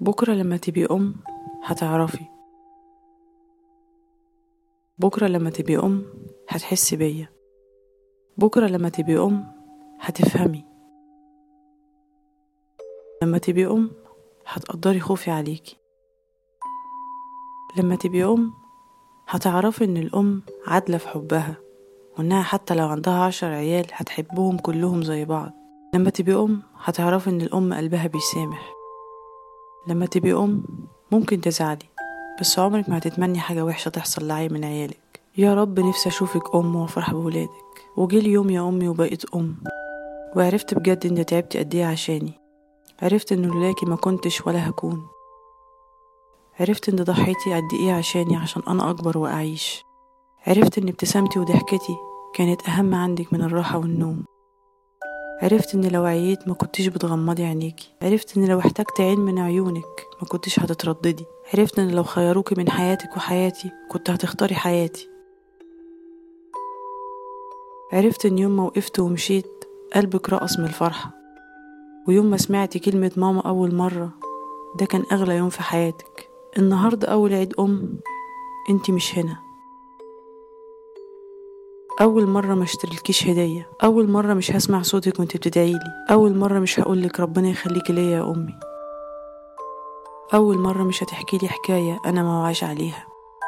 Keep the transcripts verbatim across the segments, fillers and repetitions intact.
بكرة لما تبقي أم هتعرفي. بكرة لما تبقي أم هتحسي بيا. بكرة لما تبقي أم هتفهمي. لما تبقي أم هتقدري خوفي عليكي. لما تبقي أم هتعرفي إن الأم عادلة في حبها، وإنها حتى لو عندها عشر عيال هتحبهم كلهم زي بعض. لما تبقي أم هتعرفي إن الأم قلبها بيسامح. لما تبقي أم ممكن تزعلي، بس عمرك ما هتتمني حاجة وحشة تحصل لعيل من عيالك. يا رب نفسي أشوفك أم وأفرح بولادك. وجي اليوم يا أمي وبقيت أم، وعرفت بجد إن تعبتي قد إيه عشاني. عرفت إن لولاكي ما كنتش ولا هكون. عرفت إن ضحيتي قد إيه عشاني عشان أنا أكبر وأعيش. عرفت إن ابتسامتي وضحكتي كانت أهم عندك من الراحة والنوم. عرفت إن لو عييت ما كنتش بتغمضي عينيكي. عرفت إن لو احتجت عين من عيونك ما كنتش هتترددي. عرفت إن لو خيروكي من حياتك وحياتي كنت هتختاري حياتي. عرفت إن يوم ما وقفت ومشيت قلبك رقص من الفرحة، ويوم ما سمعتي كلمة ماما أول مرة ده كان أغلى يوم في حياتك. النهاردة أول عيد أم انتي مش هنا. أول مرة ما اشتريلكيش هدية. أول مرة مش هسمع صوتك وانتي بتدعيلي. أول مرة مش هقولك ربنا يخليكي ليا يا أمي. أول مرة مش هتحكيلي حكاية أنا ما وعاش عليها.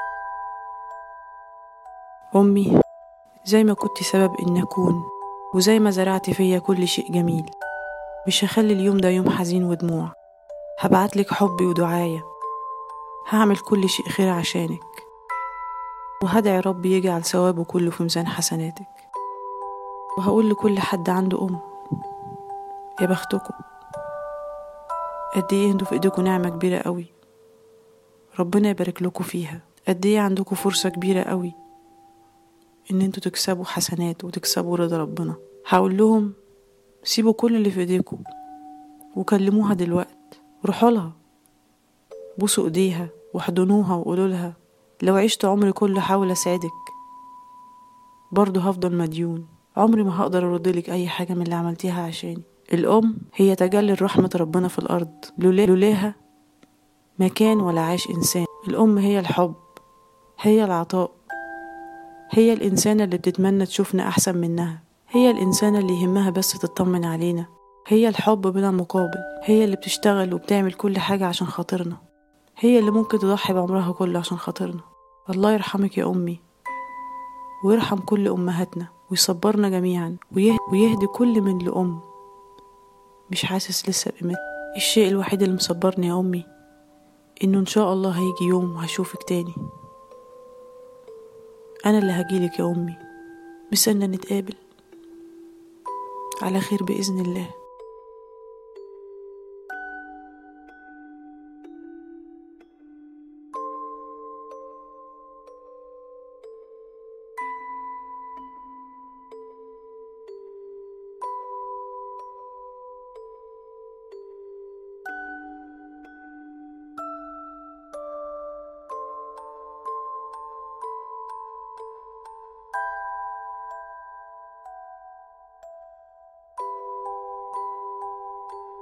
أمي، زي ما كنت سبب إن أكون، وزي ما زرعتي فيا كل شيء جميل، مش هخلي اليوم ده يوم حزين ودموع. هبعتلك حبي ودعاية. هعمل كل شيء خير عشانك، وهدعي ربي يجعل ثوابه كله في ميزان حسناتك. وهقول لكل حد عنده أم يا بختكم. قد ايه انتوا في ايديكم نعمة كبيرة قوي، ربنا يبارك لكم فيها. قد ايه عندكم فرصة كبيرة قوي ان انتوا تكسبوا حسنات وتكسبوا رضا ربنا. هقول لهم سيبوا كل اللي في ايديكم وكلموها دلوقت. روحوا لها، بوسوا ايديها واحضنوها وقولوا لها لو عشت عمري كله حاول اساعدك برضو هفضل مديون. عمري ما هقدر اردلك اي حاجة من اللي عملتيها عشاني. الام هي تجلي رحمة ربنا في الارض، لولا لولاها ما كان ولا عاش انسان. الام هي الحب، هي العطاء، هي الانسانة اللي بتتمنى تشوفنا احسن منها. هي الانسانة اللي يهمها بس تطمن علينا. هي الحب بلا مقابل. هي اللي بتشتغل وبتعمل كل حاجة عشان خاطرنا. هي اللي ممكن تضحي بعمرها كله عشان خاطرنا. الله يرحمك يا أمي، ويرحم كل أمهاتنا، ويصبرنا جميعا، ويهدي كل من لأم مش حاسس لسه بقيمتها. الشيء الوحيد اللي مصبرني يا أمي إنه إن شاء الله هيجي يوم وهشوفك تاني. أنا اللي هجيلك يا أمي، مستنى نتقابل على خير بإذن الله.